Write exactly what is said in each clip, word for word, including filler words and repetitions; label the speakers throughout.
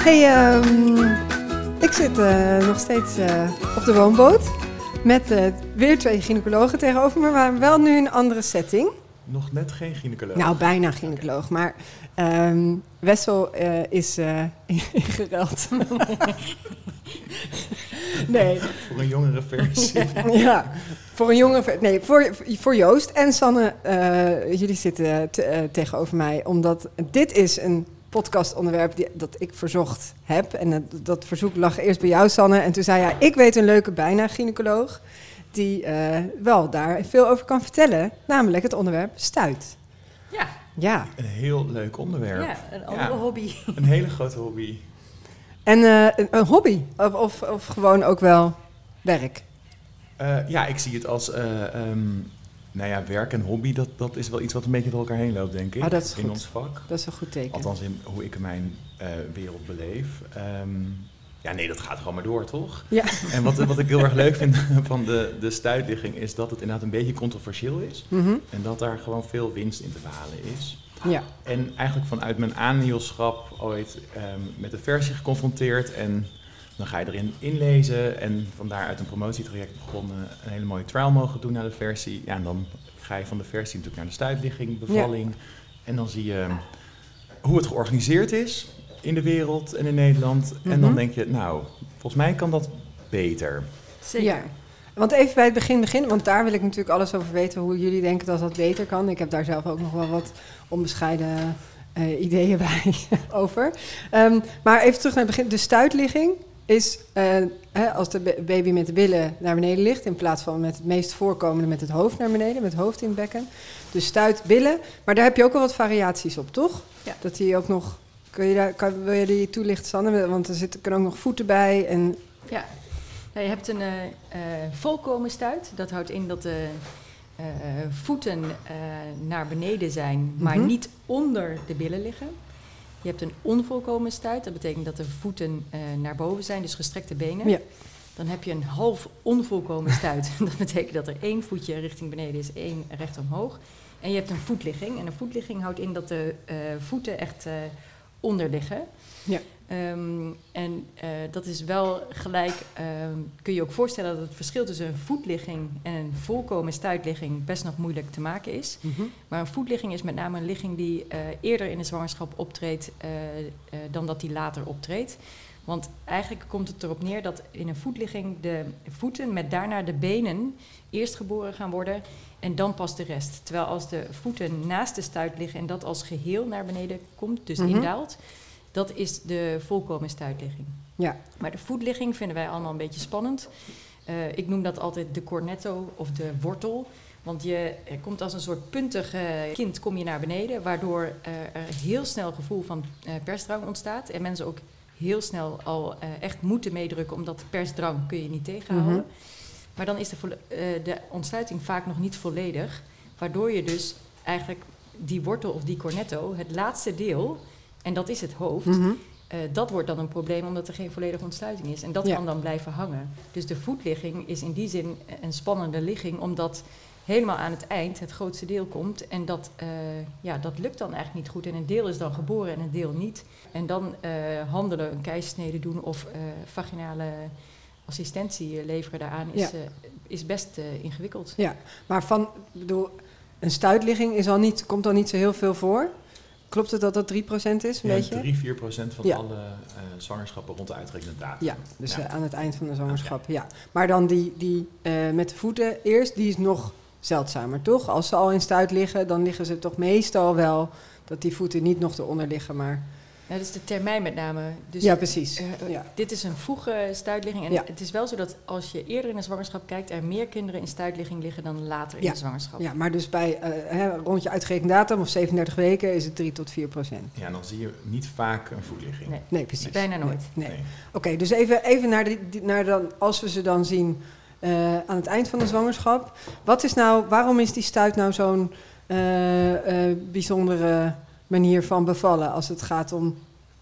Speaker 1: Hey, um, ik zit uh, nog steeds uh, op de woonboot met uh, weer twee gynaecologen tegenover me, maar wel nu een andere setting.
Speaker 2: Nog net geen gynaecoloog.
Speaker 1: Nou, bijna gynaecoloog, maar um, Wessel uh, is uh, ingeruild. Nee.
Speaker 2: Voor een jongere versie.
Speaker 1: Ja, voor een jongere versie. Nee, voor, voor Joost en Sanne. Uh, jullie zitten te, uh, tegenover mij, omdat dit is een podcastonderwerp die, dat ik verzocht heb. En dat, dat verzoek lag eerst bij jou, Sanne. En toen zei hij, ik weet een leuke bijna gynaecoloog die uh, wel daar veel over kan vertellen. Namelijk het onderwerp stuit.
Speaker 3: Ja.
Speaker 1: Ja.
Speaker 2: Een heel leuk onderwerp.
Speaker 3: Ja, een andere ja, hobby.
Speaker 2: Een hele grote hobby.
Speaker 1: En uh, een, een hobby? Of, of, of gewoon ook wel werk?
Speaker 2: Uh, ja, ik zie het als... Uh, um, nou ja, werk en hobby, dat, dat is wel iets wat een beetje door elkaar heen loopt, denk ik.
Speaker 1: Oh, dat is
Speaker 2: in
Speaker 1: goed.
Speaker 2: ons vak.
Speaker 1: Dat is een goed teken.
Speaker 2: Althans, in hoe ik mijn uh, wereld beleef. Um, ja, nee, dat gaat gewoon maar door, toch?
Speaker 1: Ja.
Speaker 2: En wat, wat ik heel erg leuk vind van de, de stuitligging is dat het inderdaad een beetje controversieel is.
Speaker 1: Mm-hmm.
Speaker 2: En dat daar gewoon veel winst in te behalen is.
Speaker 1: Ja.
Speaker 2: En eigenlijk vanuit mijn aanhielschap ooit um, met de versie geconfronteerd. En dan ga je erin inlezen. En vandaar uit een promotietraject begonnen. Een hele mooie trial mogen doen naar de versie. Ja, en dan ga je van de versie natuurlijk naar de stuitligging, bevalling. Ja. En dan zie je hoe het georganiseerd is in de wereld en in Nederland. Mm-hmm. En dan denk je, nou, volgens mij kan dat beter.
Speaker 1: Zeker. Ja. Want even bij het begin beginnen, want daar wil ik natuurlijk alles over weten hoe jullie denken dat dat beter kan. Ik heb daar zelf ook nog wel wat onbescheiden uh, ideeën bij over. Um, maar even terug naar het begin. De stuitligging is uh, hè, als de baby met de billen naar beneden ligt, in plaats van met het meest voorkomende met het hoofd naar beneden, met het hoofd in het bekken. Dus stuit, billen. Maar daar heb je ook wel wat variaties op, toch? Ja. Dat die ook nog. Kun je daar, kan, wil je die toelichten, Sanne? Want er zitten ook nog voeten bij. En
Speaker 3: ja. Nou, je hebt een uh, uh, volkomen stuit. Dat houdt in dat de uh, voeten uh, naar beneden zijn, mm-hmm. maar niet onder de billen liggen. Je hebt een onvolkomen stuit. Dat betekent dat de voeten uh, naar boven zijn, dus gestrekte benen. Ja. Dan heb je een half onvolkomen stuit. Dat betekent dat er één voetje richting beneden is, één recht omhoog. En je hebt een voetligging. En een voetligging houdt in dat de uh, voeten echt uh, onder liggen. Ja. Um, en uh, dat is wel gelijk, um, kun je ook voorstellen dat het verschil tussen een voetligging en een volkomen stuitligging best nog moeilijk te maken is. Mm-hmm. Maar een voetligging is met name een ligging die uh, eerder in de zwangerschap optreedt uh, uh, dan dat die later optreedt. Want eigenlijk komt het erop neer dat in een voetligging de voeten met daarna de benen eerst geboren gaan worden en dan pas de rest. Terwijl als de voeten naast de stuit liggen en dat als geheel naar beneden komt, dus mm-hmm. indaalt, dat is de volkomen stuitligging. Ja. Maar de voetligging vinden wij allemaal een beetje spannend. Uh, ik noem dat altijd de cornetto of de wortel. Want je er komt als een soort puntig uh, kind kom je naar beneden, waardoor uh, er heel snel een gevoel van uh, persdrang ontstaat. En mensen ook heel snel al uh, echt moeten meedrukken, omdat persdrang kun je niet tegenhouden. Mm-hmm. Maar dan is de, vo- uh, de ontsluiting vaak nog niet volledig. Waardoor je dus eigenlijk die wortel of die cornetto, het laatste deel, en dat is het hoofd, mm-hmm. uh, dat wordt dan een probleem omdat er geen volledige ontsluiting is. En dat ja. kan dan blijven hangen. Dus de voetligging is in die zin een spannende ligging, omdat helemaal aan het eind het grootste deel komt. En dat, uh, ja, dat lukt dan eigenlijk niet goed. En een deel is dan geboren en een deel niet. En dan uh, handelen, een keizersnede doen of uh, vaginale assistentie leveren daaraan is, ja. uh, is best uh, ingewikkeld.
Speaker 1: Ja, maar van, bedoel, een stuitligging is al niet, komt al niet zo heel veel voor. Klopt het dat dat drie procent is, een
Speaker 2: ja,
Speaker 1: beetje?
Speaker 2: drie tot vier procent van ja. alle uh, zwangerschappen rond de uitgerekende datum.
Speaker 1: Ja, dus ja. Uh, aan het eind van de zwangerschap, ja. ja. Maar dan die, die uh, met de voeten eerst, die is nog zeldzamer, toch? Als ze al in stuit liggen, dan liggen ze toch meestal wel dat die voeten niet nog eronder liggen, maar
Speaker 3: Ja, dat is de termijn met name. Dus,
Speaker 1: ja, precies. Uh, ja.
Speaker 3: Dit is een vroege stuitligging. En
Speaker 1: ja.
Speaker 3: het is wel zo dat als je eerder in de zwangerschap kijkt, er meer kinderen in stuitligging liggen dan later in
Speaker 1: ja.
Speaker 3: de zwangerschap.
Speaker 1: Ja, maar dus bij uh, hè, rond je uitgerekende datum of zevenendertig weken is het drie tot vier procent.
Speaker 2: Ja, dan zie je niet vaak een voetligging.
Speaker 3: Nee,
Speaker 1: nee precies.
Speaker 3: Bijna nooit.
Speaker 1: Nee. nee. nee. Oké, okay, dus even, even naar, de, naar dan, als we ze dan zien uh, aan het eind van de zwangerschap. Wat is nou, waarom is die stuit nou zo'n uh, uh, bijzondere manier van bevallen als het gaat om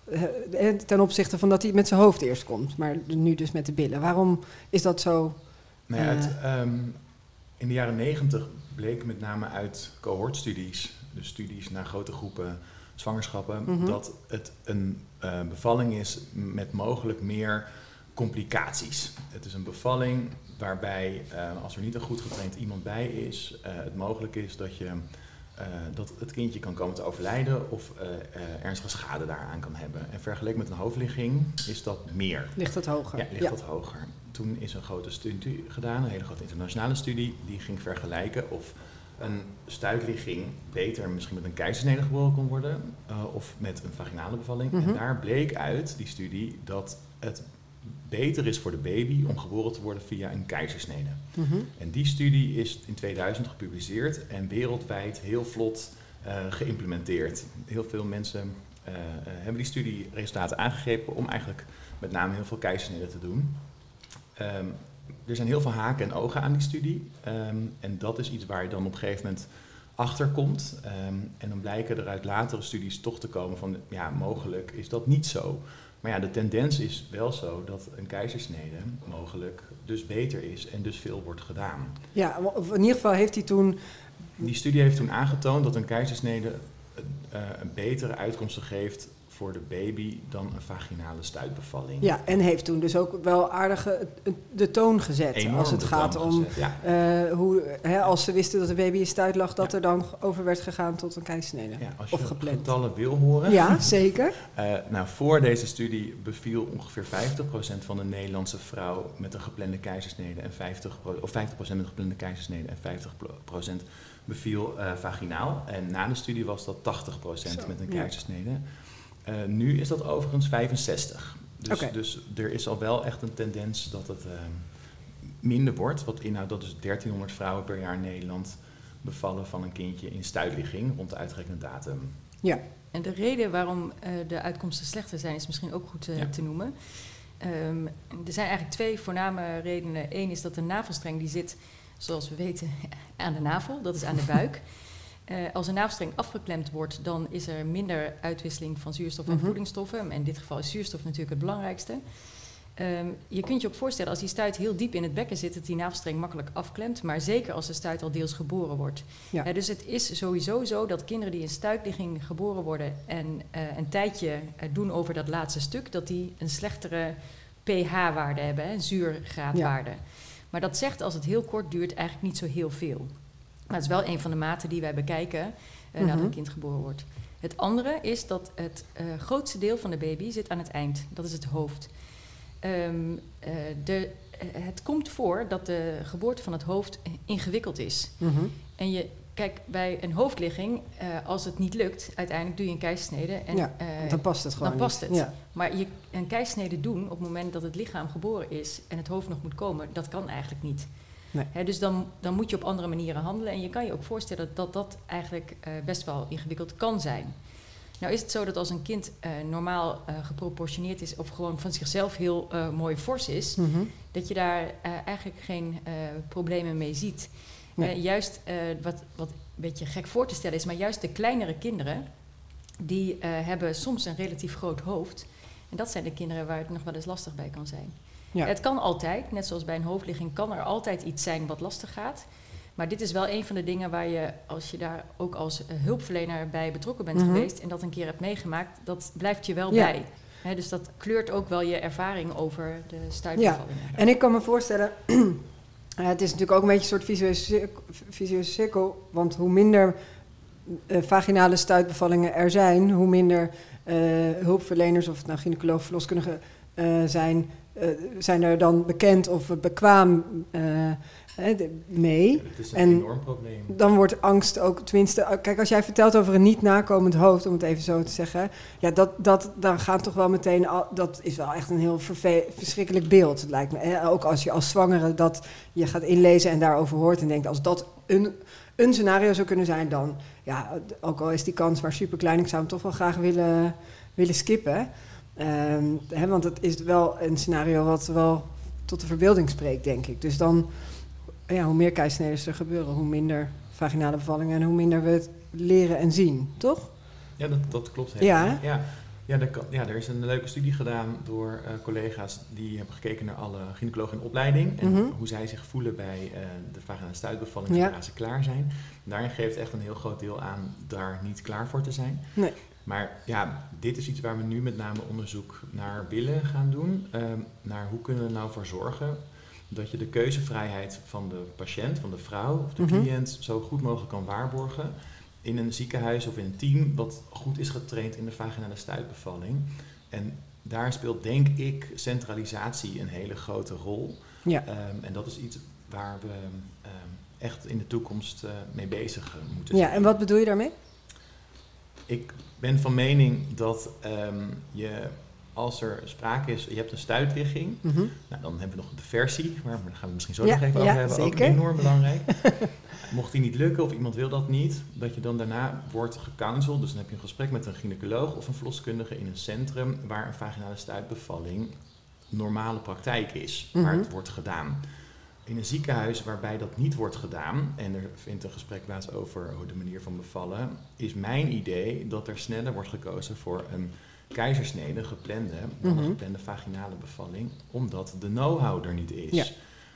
Speaker 1: ten opzichte van dat hij met zijn hoofd eerst komt, maar nu dus met de billen. Waarom is dat zo?
Speaker 2: Nou ja, het, um, in de jaren negentig bleek met name uit cohortstudies, dus studies naar grote groepen zwangerschappen,
Speaker 1: Mm-hmm.
Speaker 2: dat het een uh, bevalling is met mogelijk meer complicaties. Het is een bevalling waarbij, uh, als er niet een goed getraind iemand bij is, uh, het mogelijk is dat, je, uh, dat het kindje kan komen te overlijden of uh, uh, ernstige schade daaraan kan hebben. En vergeleken met een hoofdligging is dat meer.
Speaker 1: Ligt het hoger?
Speaker 2: Ja, ligt ja. dat hoger. Toen is een grote studie gedaan, een hele grote internationale studie, die ging vergelijken of een stuitligging beter misschien met een keizersnede geboren kon worden uh, of met een vaginale bevalling. Mm-hmm. En daar bleek uit, die studie, dat het beter is voor de baby om geboren te worden via een keizersnede. Mm-hmm. En die studie is in tweeduizend gepubliceerd en wereldwijd heel vlot uh, geïmplementeerd. Heel veel mensen uh, uh, hebben die studieresultaten aangegrepen om eigenlijk met name heel veel keizersneden te doen. Um, er zijn heel veel haken en ogen aan die studie. Um, en dat is iets waar je dan op een gegeven moment achter komt. Um, en dan blijken er uit latere studies toch te komen van, ja, mogelijk is dat niet zo. Maar ja, de tendens is wel zo dat een keizersnede mogelijk dus beter is en dus veel wordt gedaan.
Speaker 1: Ja, of in ieder geval heeft hij toen...
Speaker 2: Die studie heeft toen aangetoond dat een keizersnede uh, een betere uitkomsten geeft voor de baby dan een vaginale stuitbevalling.
Speaker 1: Ja, en heeft toen dus ook wel aardig de toon gezet.
Speaker 2: Enorm
Speaker 1: als het gaat om
Speaker 2: gezet, ja.
Speaker 1: uh, hoe, hè, als ze wisten dat de baby in stuit lag, dat ja. er dan over werd gegaan tot een keizersnede.
Speaker 2: Ja, als
Speaker 1: of
Speaker 2: je
Speaker 1: gepland.
Speaker 2: getallen wil horen.
Speaker 1: Ja, zeker.
Speaker 2: uh, nou, voor deze studie beviel ongeveer vijftig procent van de Nederlandse vrouw met een geplande keizersnede en vijftig procent, of vijftig procent met een geplande keizersnede en vijftig procent beviel uh, vaginaal. En na de studie was dat tachtig procent Zo, met een keizersnede. Ja. Uh, nu is dat overigens vijfenzestig. Dus, okay. dus er is al wel echt een tendens dat het uh, minder wordt. Wat inhoudt dat dus dertienhonderd vrouwen per jaar in Nederland bevallen van een kindje in stuitligging rond de uitgerekende datum.
Speaker 1: Ja.
Speaker 3: En de reden waarom uh, de uitkomsten slechter zijn is misschien ook goed uh, ja. te noemen. Um, er zijn eigenlijk twee voorname redenen. Eén is dat de navelstreng die zit, zoals we weten, aan de navel. Dat is aan de buik. Uh, als een navelstreng afgeklemd wordt, dan is er minder uitwisseling van zuurstof en mm-hmm. voedingsstoffen. En in dit geval is zuurstof natuurlijk het belangrijkste. Um, je kunt je ook voorstellen, als die stuit heel diep in het bekken zit, dat die navelstreng makkelijk afklemt. Maar zeker als de stuit al deels geboren wordt. Ja. Uh, dus het is sowieso zo dat kinderen die in stuitligging geboren worden en uh, een tijdje uh, doen over dat laatste stuk, dat die een slechtere pH-waarde hebben, hè, zuurgraadwaarde. Ja. Maar dat zegt, als het heel kort duurt, eigenlijk niet zo heel veel. Maar het is wel een van de maten die wij bekijken uh, mm-hmm. nadat een kind geboren wordt. Het andere is dat het uh, grootste deel van de baby zit aan het eind. Dat is het hoofd. Um, uh, de, uh, het komt voor dat de geboorte van het hoofd ingewikkeld is. Mm-hmm. En je, kijk, bij een hoofdligging, uh, als het niet lukt, uiteindelijk doe je een keizersnede. En,
Speaker 1: ja, uh, dan past het gewoon
Speaker 3: Dan past
Speaker 1: niet.
Speaker 3: het.
Speaker 1: Ja.
Speaker 3: Maar je, een keizersnede doen op het moment dat het lichaam geboren is en het hoofd nog moet komen, dat kan eigenlijk niet. Nee. He, dus dan, dan moet je op andere manieren handelen. En je kan je ook voorstellen dat dat eigenlijk uh, best wel ingewikkeld kan zijn. Nou is het zo dat als een kind uh, normaal uh, geproportioneerd is of gewoon van zichzelf heel uh, mooi fors is, mm-hmm. dat je daar uh, eigenlijk geen uh, problemen mee ziet. Nee. Uh, juist uh, wat, wat een beetje gek voor te stellen is, maar juist de kleinere kinderen, die uh, hebben soms een relatief groot hoofd. En dat zijn de kinderen waar het nog wel eens lastig bij kan zijn. Ja. Het kan altijd, net zoals bij een hoofdligging, kan er altijd iets zijn wat lastig gaat. Maar dit is wel een van de dingen waar je, als je daar ook als uh, hulpverlener bij betrokken bent mm-hmm. geweest en dat een keer hebt meegemaakt, dat blijft je wel ja. bij. He, dus dat kleurt ook wel je ervaring over de stuitbevallingen.
Speaker 1: Ja. En ik kan me voorstellen, uh, het is natuurlijk ook een beetje een soort visueuze cirkel, visueuze cirkel, want hoe minder uh, vaginale stuitbevallingen er zijn, hoe minder uh, hulpverleners, of het nou gynaecoloog, verloskundige uh, zijn, uh, zijn er dan bekend of bekwaam uh, mee.
Speaker 2: Ja, dat is een
Speaker 1: en
Speaker 2: enorm probleem.
Speaker 1: Dan wordt angst ook, tenminste, kijk, als jij vertelt over een niet nakomend hoofd, om het even zo te zeggen, ja, dat, dat, dan gaat toch wel meteen, al, dat is wel echt een heel verve- verschrikkelijk beeld, het lijkt me. Hè? Ook als je als zwangere dat je gaat inlezen en daarover hoort en denkt, als dat een, een scenario zou kunnen zijn, dan, ja, ook al is die kans maar super klein, ik zou hem toch wel graag willen, willen skippen. Um, hè, want het is wel een scenario wat wel tot de verbeelding spreekt, denk ik. Dus dan, ja, hoe meer keizersneden er gebeuren, hoe minder vaginale bevallingen en hoe minder we het leren en zien, toch?
Speaker 2: Ja, dat, dat klopt helemaal. Ja, ja. Ja, er, kan, ja, er is een leuke studie gedaan door uh, collega's die hebben gekeken naar alle gynaecologen in opleiding en mm-hmm. hoe zij zich voelen bij uh, de vaginale stuitbevalling zodra ja. ze klaar zijn. Daarin geeft echt een heel groot deel aan daar niet klaar voor te zijn.
Speaker 1: Nee.
Speaker 2: Maar ja, dit is iets waar we nu met name onderzoek naar willen gaan doen. Um, naar hoe kunnen we nou voor zorgen dat je de keuzevrijheid van de patiënt, van de vrouw of de mm-hmm. cliënt zo goed mogelijk kan waarborgen in een ziekenhuis of in een team wat goed is getraind in de vaginale stuitbevalling. En daar speelt denk ik centralisatie een hele grote rol. Ja. Um, en dat is iets waar we um, echt in de toekomst uh, mee bezig uh, moeten zijn.
Speaker 1: Ja, en wat bedoel je daarmee?
Speaker 2: Ik ben van mening dat um, je, als er sprake is, je hebt een stuitligging, mm-hmm. nou, dan hebben we nog de versie, maar daar gaan we het misschien zo ja, nog even ja, over hebben, zeker. Ook enorm belangrijk. Mocht die niet lukken of iemand wil dat niet, dat je dan daarna wordt gecounseld, dus dan heb je een gesprek met een gynaecoloog of een verloskundige in een centrum waar een vaginale stuitbevalling normale praktijk is, mm-hmm. waar het wordt gedaan. In een ziekenhuis waarbij dat niet wordt gedaan en er vindt een gesprek plaats over de manier van bevallen, is mijn idee dat er sneller wordt gekozen voor een keizersnede, geplande, dan mm-hmm. een geplande vaginale bevalling, omdat de know-how er niet is. Ja.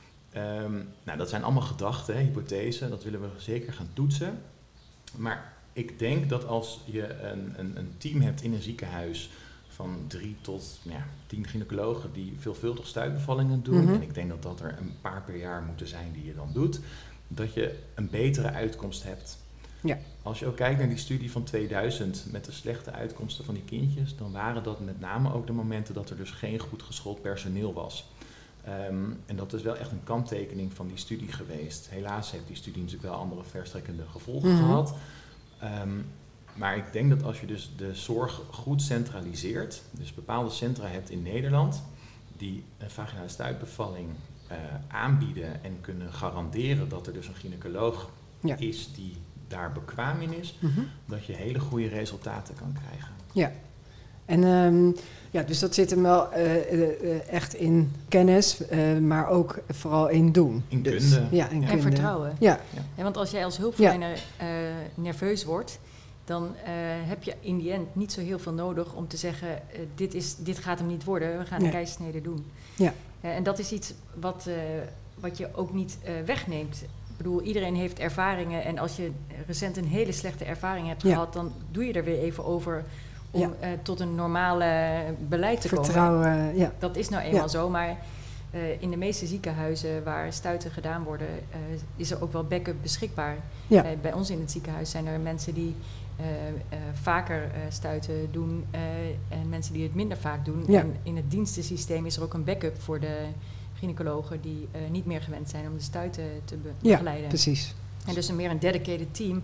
Speaker 2: Um, nou, dat zijn allemaal gedachten, hè, hypothesen, dat willen we zeker gaan toetsen. Maar ik denk dat als je een, een, een team hebt in een ziekenhuis van drie tot ja, tien gynaecologen die veelvuldig stuitbevallingen doen. Mm-hmm. En ik denk dat dat er een paar per jaar moeten zijn die je dan doet. Dat je een betere uitkomst hebt. Ja. Als je ook kijkt naar die studie van tweeduizend met de slechte uitkomsten van die kindjes, dan waren dat met name ook de momenten dat er dus geen goed geschoold personeel was. Um, en dat is wel echt een kanttekening van die studie geweest. Helaas heeft die studie natuurlijk wel andere verstrekkende gevolgen mm-hmm. gehad. Um, Maar ik denk dat als je dus de zorg goed centraliseert, dus bepaalde centra hebt in Nederland die een vaginale stuitbevalling uh, aanbieden en kunnen garanderen dat er dus een gynaecoloog ja. is die daar bekwaam in is, mm-hmm. dat je hele goede resultaten kan krijgen.
Speaker 1: Ja, en um, ja, dus dat zit hem wel uh, uh, echt in kennis, uh, maar ook vooral in doen.
Speaker 2: In
Speaker 1: dus,
Speaker 2: kunde.
Speaker 1: Ja, in
Speaker 3: en
Speaker 1: kunde.
Speaker 3: vertrouwen.
Speaker 1: Ja.
Speaker 3: Ja. Ja, want als jij als hulpverlener ja. uh, nerveus wordt, dan uh, heb je in die end niet zo heel veel nodig om te zeggen, uh, dit, is, dit gaat hem niet worden, we gaan nee. een keizersnede doen. Ja. Uh, en dat is iets wat, uh, wat je ook niet uh, wegneemt. Ik bedoel, iedereen heeft ervaringen en als je recent een hele slechte ervaring hebt ja. gehad, dan doe je er weer even over om ja. uh, tot een normale beleid te
Speaker 1: Vertrouwen, komen.
Speaker 3: Vertrouwen,
Speaker 1: ja.
Speaker 3: Dat is nou eenmaal ja. zo, maar uh, in de meeste ziekenhuizen waar stuiten gedaan worden, uh, is er ook wel backup beschikbaar. Ja. Uh, bij ons in het ziekenhuis zijn er mensen die Uh, uh, vaker uh, stuiten doen uh, en mensen die het minder vaak doen. Ja. En in het dienstensysteem is er ook een backup voor de gynaecologen die uh, niet meer gewend zijn om de stuiten te be-
Speaker 1: ja,
Speaker 3: begeleiden.
Speaker 1: Ja, precies.
Speaker 3: En dus een meer een dedicated team. Ik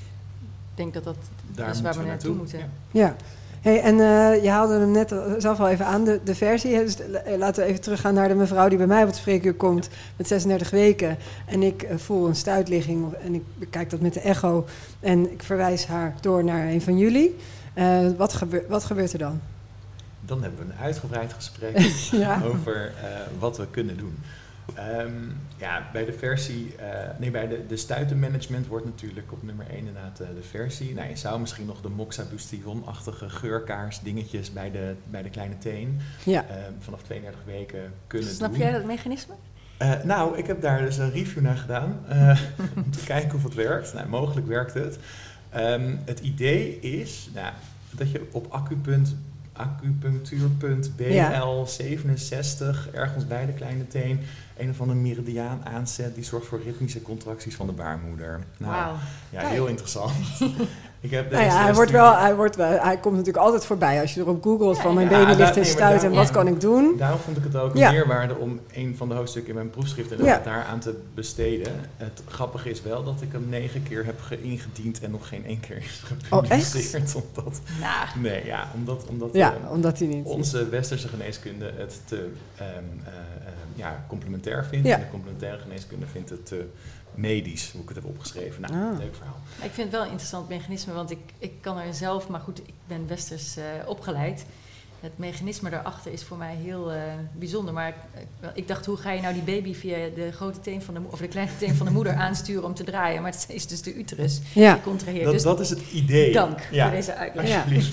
Speaker 3: denk dat dat
Speaker 2: Daar
Speaker 3: is waar we
Speaker 2: we
Speaker 3: naartoe
Speaker 2: naartoe.
Speaker 3: moeten.
Speaker 1: Ja. Ja. Hey, en uh, je haalde hem net zelf al even aan, de, de versie. Dus laten we even teruggaan naar de mevrouw die bij mij op het spreekuur komt met zesendertig weken. En ik uh, voel een stuitligging en ik bekijk dat met de echo. En ik verwijs haar door naar een van jullie. Uh, wat, gebeur, wat gebeurt er dan?
Speaker 2: Dan hebben we een uitgebreid gesprek ja. over uh, wat we kunnen doen. Um, ja, bij de versie, uh, nee, bij de, de stuitenmanagement wordt natuurlijk op nummer één inderdaad uh, de versie. Nou, je zou misschien nog de moxabustillon-achtige geurkaars dingetjes bij de, bij de kleine teen ja. uh, vanaf tweeëndertig weken kunnen
Speaker 3: Snap
Speaker 2: doen.
Speaker 3: Snap jij dat mechanisme?
Speaker 2: Uh, nou, ik heb daar dus een review naar gedaan uh, om te kijken of het werkt. Nou, mogelijk werkt het. Um, het idee is nou, dat je op acupunt acupunctuur.b L zevenenzestig, ja. ergens bij de kleine teen, een of andere meridiaan aanzet die zorgt voor ritmische contracties van de baarmoeder. Nou, wow. ja, heel interessant. Ik heb
Speaker 1: nou ja, hij, wordt wel, hij, wordt wel, hij komt natuurlijk altijd voorbij als je erop googelt ja, van mijn ja, baby ligt in stuit en wat ja. kan ik doen.
Speaker 2: Daarom vond ik het ook een ja. meerwaarde om een van de hoofdstukken in mijn proefschrift en ja. daar aan te besteden. Het grappige is wel dat ik hem negen keer heb ingediend en nog geen één keer is gepubliceerd.
Speaker 1: Oh,
Speaker 2: omdat,
Speaker 3: nah.
Speaker 2: Nee, ja, omdat, omdat,
Speaker 1: ja,
Speaker 2: uh,
Speaker 1: omdat hij niet
Speaker 2: onze westerse geneeskunde het te um, uh, uh, ja, complementair vindt. Ja. En de complementaire geneeskunde vindt het te medisch, hoe ik het heb opgeschreven. Nou, ah. leuk verhaal.
Speaker 3: Ik vind het wel een interessant mechanisme, want ik, ik kan er zelf, maar goed, ik ben westers uh, opgeleid. Het mechanisme daarachter is voor mij heel uh, bijzonder. Maar ik, ik dacht, hoe ga je nou die baby via de grote teen van de mo- of de kleine teen van de moeder aansturen om te draaien? Maar het is dus de uterus
Speaker 1: ja.
Speaker 3: die contraheert.
Speaker 2: Dat,
Speaker 3: dus
Speaker 2: dat is het idee.
Speaker 3: Dank
Speaker 2: ja.
Speaker 3: voor deze uitleg.
Speaker 2: Alsjeblieft.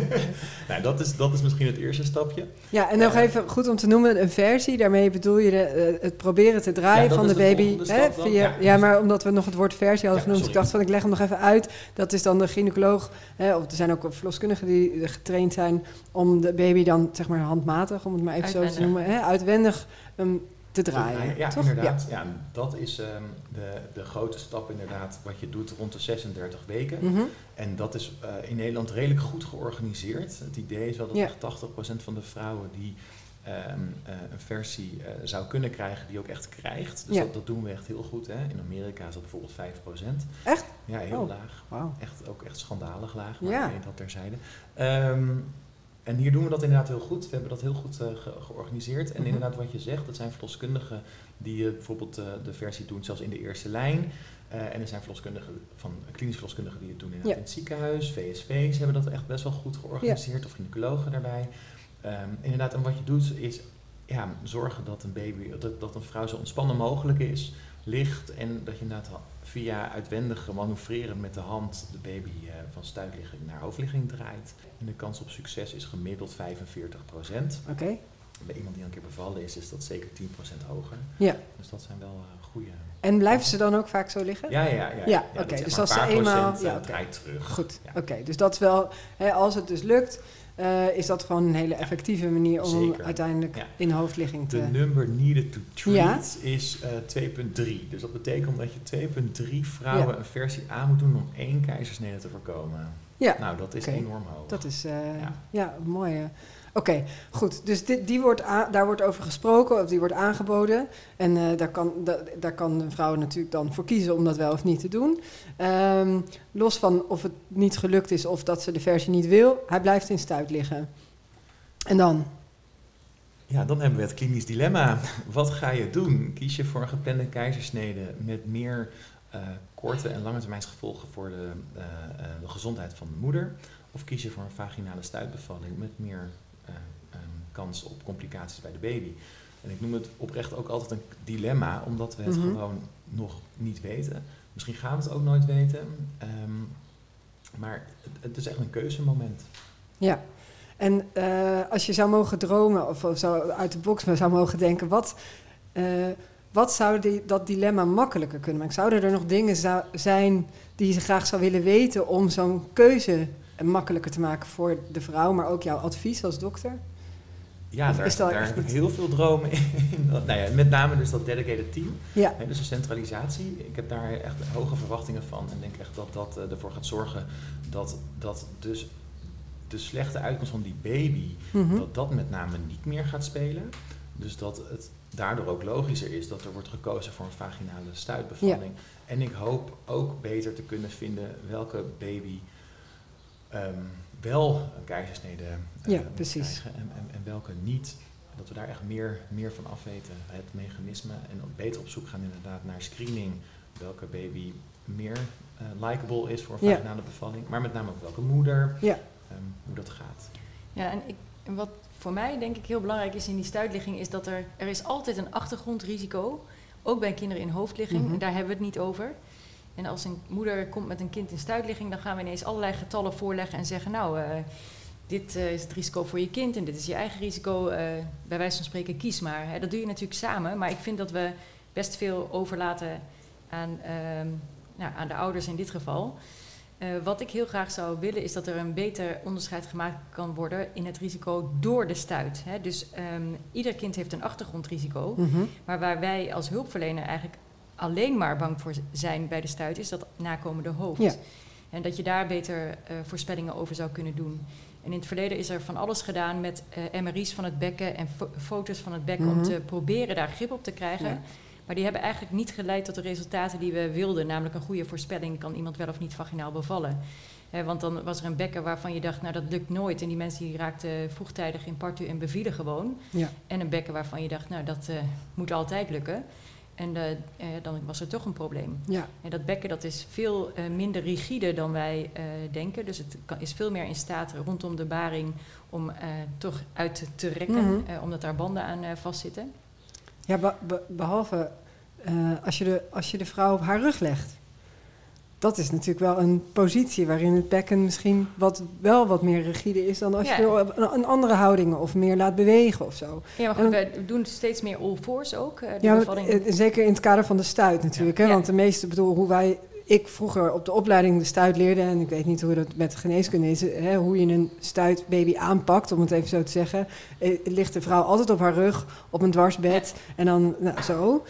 Speaker 2: nou, dat, is, dat is misschien het eerste stapje.
Speaker 1: Ja, en nog uh, even goed om te noemen, een versie. Daarmee bedoel je de, uh, het proberen te draaien
Speaker 2: ja,
Speaker 1: van de,
Speaker 2: de
Speaker 1: baby. Hè, via, ja,
Speaker 2: ja,
Speaker 1: maar omdat we nog het woord versie hadden
Speaker 2: ja,
Speaker 1: genoemd, ik dacht van ik leg hem nog even uit. Dat is dan de gynaecoloog, hè, of er zijn ook verloskundigen die getraind zijn om de baby dan, zeg maar handmatig, om het maar even uitwendig. zo te noemen, hè, uitwendig um, te draaien.
Speaker 2: Ja, ja
Speaker 1: toch?
Speaker 2: inderdaad. Ja. Ja, dat is um, de, de grote stap inderdaad, wat je doet rond de zesendertig weken.
Speaker 1: Mm-hmm.
Speaker 2: En dat is uh, in Nederland redelijk goed georganiseerd. Het idee is wel dat ja. echt tachtig procent van de vrouwen die um, uh, een versie uh, zou kunnen krijgen, die ook echt krijgt. Dus ja. dat, dat doen we echt heel goed. Hè. In Amerika is dat bijvoorbeeld vijf procent.
Speaker 1: Echt?
Speaker 2: Ja, heel
Speaker 1: oh.
Speaker 2: laag.
Speaker 1: Wow.
Speaker 2: Echt, ook echt schandalig laag, maar
Speaker 1: ja.
Speaker 2: ik weet dat terzijde. Um, En hier doen we dat inderdaad heel goed. We hebben dat heel goed uh, ge- georganiseerd. En mm-hmm. inderdaad wat je zegt, dat zijn verloskundigen die uh, bijvoorbeeld uh, de versie doen zelfs in de eerste lijn. Uh, en er zijn verloskundigen van klinisch verloskundigen die het doen inderdaad ja. in het ziekenhuis. V S V's hebben dat echt best wel goed georganiseerd. Ja. Of gynaecologen daarbij. Um, inderdaad, en wat je doet is ja, zorgen dat een baby, dat, dat een vrouw zo ontspannen mogelijk is, ligt. En dat je inderdaad via uitwendige manoeuvreren met de hand de baby uh, van stuitligging naar hoofdligging draait. En de kans op succes is gemiddeld vijfenveertig procent.
Speaker 1: Oké. Okay.
Speaker 2: Bij iemand die al een keer bevallen is, is dat zeker tien procent hoger.
Speaker 1: Ja.
Speaker 2: Dus dat zijn wel uh, goede...
Speaker 1: En blijven ze dan ook vaak zo liggen?
Speaker 2: Ja, ja, ja. ja,
Speaker 1: ja,
Speaker 2: ja
Speaker 1: oké. Okay. Dus
Speaker 2: als
Speaker 1: ze eenmaal...
Speaker 2: Ja,
Speaker 1: ja, okay.
Speaker 2: draait terug.
Speaker 1: Goed,
Speaker 2: ja.
Speaker 1: oké. Okay. Dus dat is wel... Hè, als het dus lukt, uh, is dat gewoon een hele effectieve manier om
Speaker 2: zeker.
Speaker 1: uiteindelijk ja. in hoofdligging te...
Speaker 2: De number needed to treat
Speaker 1: ja.
Speaker 2: is uh, twee komma drie. Dus dat betekent dat je twee komma drie vrouwen ja. een versie aan moet doen om één keizersnede te voorkomen.
Speaker 1: Ja.
Speaker 2: Nou, dat is
Speaker 1: okay.
Speaker 2: enorm hoog.
Speaker 1: Dat is, uh, ja. ja, mooi. Uh. Oké, okay, goed. Dus dit, die wordt a- daar wordt over gesproken, of die wordt aangeboden. En uh, daar, kan, da- daar kan een vrouw natuurlijk dan voor kiezen om dat wel of niet te doen. Um, los van of het niet gelukt is of dat ze de versie niet wil, hij blijft in stuit liggen. En dan?
Speaker 2: Ja, dan hebben we het klinisch dilemma. Wat ga je doen? Kies je voor een geplande keizersnede met meer uh, korte en lange termijns gevolgen voor de, uh, uh, de gezondheid van de moeder? Of kies je voor een vaginale stuitbevalling met meer uh, um, kans op complicaties bij de baby? En ik noem het oprecht ook altijd een dilemma, omdat we het mm-hmm. gewoon nog niet weten. Misschien gaan we het ook nooit weten. Um, maar het, het is echt een keuzemoment.
Speaker 1: Ja. En uh, als je zou mogen dromen, of, of zou uit de box zou mogen denken, wat, uh, wat zou die, dat dilemma makkelijker kunnen maken? Zouden er nog dingen zou, zijn die je graag zou willen weten om zo'n keuze makkelijker te maken voor de vrouw, maar ook jouw advies als dokter?
Speaker 2: Ja, daar, daar heb ik heel veel dromen in. Nou ja, met name dus dat dedicated team.
Speaker 1: Ja.
Speaker 2: Hè, dus de centralisatie. Ik heb daar echt hoge verwachtingen van. En denk echt dat dat uh, ervoor gaat zorgen dat, dat dus de slechte uitkomst van die baby, mm-hmm. dat dat met name niet meer gaat spelen. Dus dat het daardoor ook logischer is dat er wordt gekozen voor een vaginale stuitbevalling. Ja. En ik hoop ook beter te kunnen vinden welke baby um, wel een keizersnede uh,
Speaker 1: ja, precies.
Speaker 2: krijgen en, en, en welke niet. Dat we daar echt meer, meer van afweten, het mechanisme. En ook beter op zoek gaan inderdaad naar screening. Welke baby meer uh, likable is voor een vaginale ja. bevalling. Maar met name ook welke moeder.
Speaker 1: Ja.
Speaker 2: Um, hoe dat gaat.
Speaker 3: Ja, en, ik, en wat voor mij denk ik heel belangrijk is in die stuitligging, is dat er, er is altijd een achtergrondrisico, ook bij kinderen in hoofdligging, mm-hmm. en daar hebben we het niet over. En als een moeder komt met een kind in stuitligging, dan gaan we ineens allerlei getallen voorleggen en zeggen, nou, uh, dit uh, is het risico voor je kind en dit is je eigen risico, uh, bij wijze van spreken kies maar. Hè, dat doe je natuurlijk samen, maar ik vind dat we best veel overlaten aan, uh, nou, aan de ouders in dit geval. Uh, wat ik heel graag zou willen is dat er een beter onderscheid gemaakt kan worden in het risico door de stuit. Hè. Dus um, ieder kind heeft een achtergrondrisico, mm-hmm. maar waar wij als hulpverlener eigenlijk alleen maar bang voor zijn bij de stuit, is dat nakomende hoofd.
Speaker 1: Ja.
Speaker 3: En dat je daar beter uh, voorspellingen over zou kunnen doen. En in het verleden is er van alles gedaan met uh, M R I's van het bekken en fo- foto's van het bekken, mm-hmm. om te proberen daar grip op te krijgen. Ja. Maar die hebben eigenlijk niet geleid tot de resultaten die we wilden. Namelijk een goede voorspelling, kan iemand wel of niet vaginaal bevallen. He, want dan was er een bekken waarvan je dacht, nou dat lukt nooit. En die mensen die raakten vroegtijdig in partu en bevielen gewoon.
Speaker 1: Ja.
Speaker 3: En een bekken waarvan je dacht, nou dat uh, moet altijd lukken. En de, uh, dan was er toch een probleem.
Speaker 1: Ja.
Speaker 3: En dat bekken dat is veel uh, minder rigide dan wij uh, denken. Dus het kan, is veel meer in staat rondom de baring om uh, toch uit te rekken. Mm-hmm. Uh, omdat daar banden aan uh, vastzitten.
Speaker 1: Ja, be- be- behalve uh, als, je de, als je de vrouw op haar rug legt. Dat is natuurlijk wel een positie waarin het bekken misschien wat, wel wat meer rigide is dan als ja. je een, een andere houding of meer laat bewegen of zo.
Speaker 3: Ja, maar goed, en, we doen steeds meer all fours ook. Uh,
Speaker 1: ja, bevalling. Zeker in het kader van de stuit natuurlijk. Ja. Hè? Want de meeste, bedoel, hoe wij, ik vroeger op de opleiding de stuit leerde, en ik weet niet hoe dat met geneeskunde is, hè, hoe je een stuitbaby aanpakt, om het even zo te zeggen. Eh, ligt de vrouw altijd op haar rug, op een dwarsbed ja. en dan nou, zo.